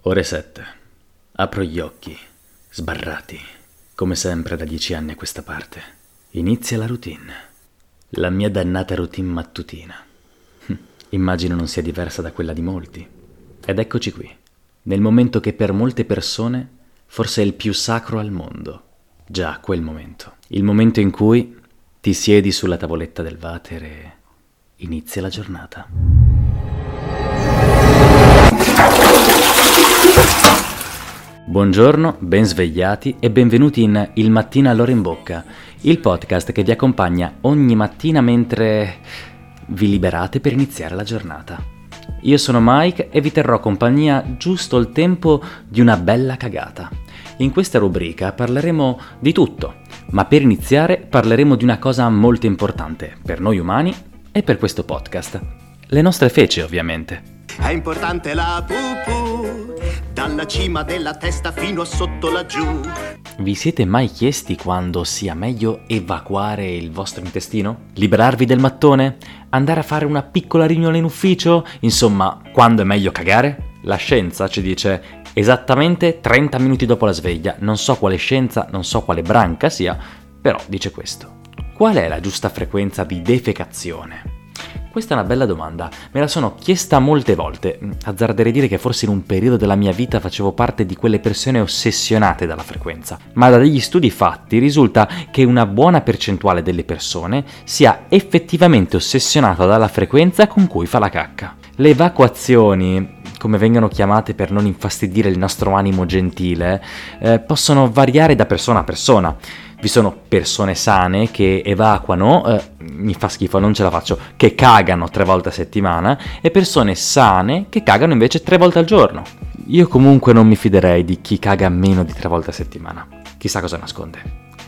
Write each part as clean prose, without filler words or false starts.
Ore 7. Apro gli occhi, sbarrati, come sempre da 10 anni a questa parte. Inizia la routine. La mia dannata routine mattutina. Immagino non sia diversa da quella di molti. Ed eccoci qui, nel momento che per molte persone forse è il più sacro al mondo. Già, quel momento. Il momento in cui ti siedi sulla tavoletta del water e inizia la giornata. Buongiorno, ben svegliati e benvenuti in Il Mattino all'ora in bocca, il podcast che vi accompagna ogni mattina mentre vi liberate per iniziare la giornata. Io sono Mike e vi terrò compagnia giusto il tempo di una bella cagata. In questa rubrica parleremo di tutto, ma per iniziare parleremo di una cosa molto importante per noi umani e per questo podcast. Le nostre feci, ovviamente. È importante la pupù, dalla cima della testa fino a sotto laggiù. Vi siete mai chiesti quando sia meglio evacuare il vostro intestino? Liberarvi del mattone? Andare a fare una piccola riunione in ufficio? Insomma, quando è meglio cagare? La scienza ci dice esattamente 30 minuti dopo la sveglia. Non so quale scienza, non so quale branca sia, però dice questo. Qual è la giusta frequenza di defecazione? Questa è una bella domanda, me la sono chiesta molte volte. Azzarderei dire che forse in un periodo della mia vita facevo parte di quelle persone ossessionate dalla frequenza, ma da degli studi fatti risulta che una buona percentuale delle persone sia effettivamente ossessionata dalla frequenza con cui fa la cacca. Le evacuazioni, come vengono chiamate per non infastidire il nostro animo gentile, possono variare da persona a persona. Vi sono persone sane che evacuano, mi fa schifo, non ce la faccio, che cagano 3 volte a settimana, e persone sane che cagano invece 3 volte al giorno. Io comunque non mi fiderei di chi caga meno di 3 volte a settimana. Chissà cosa nasconde.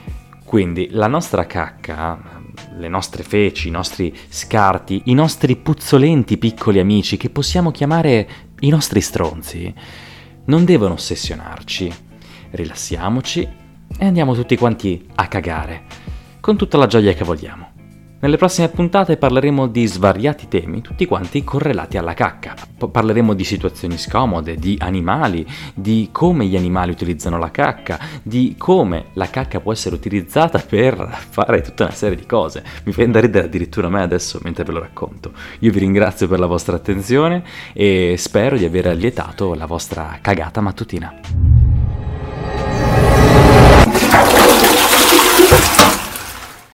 Quindi la nostra cacca, le nostre feci, i nostri scarti, i nostri puzzolenti piccoli amici che possiamo chiamare i nostri stronzi, non devono ossessionarci. Rilassiamoci e andiamo tutti quanti a cagare, con tutta la gioia che vogliamo. Nelle prossime puntate parleremo di svariati temi, tutti quanti correlati alla cacca. Parleremo di situazioni scomode, di animali, di come gli animali utilizzano la cacca, di come la cacca può essere utilizzata per fare tutta una serie di cose. Mi fa da ridere addirittura a me adesso mentre ve lo racconto. Io vi ringrazio per la vostra attenzione e spero di aver allietato la vostra cagata mattutina.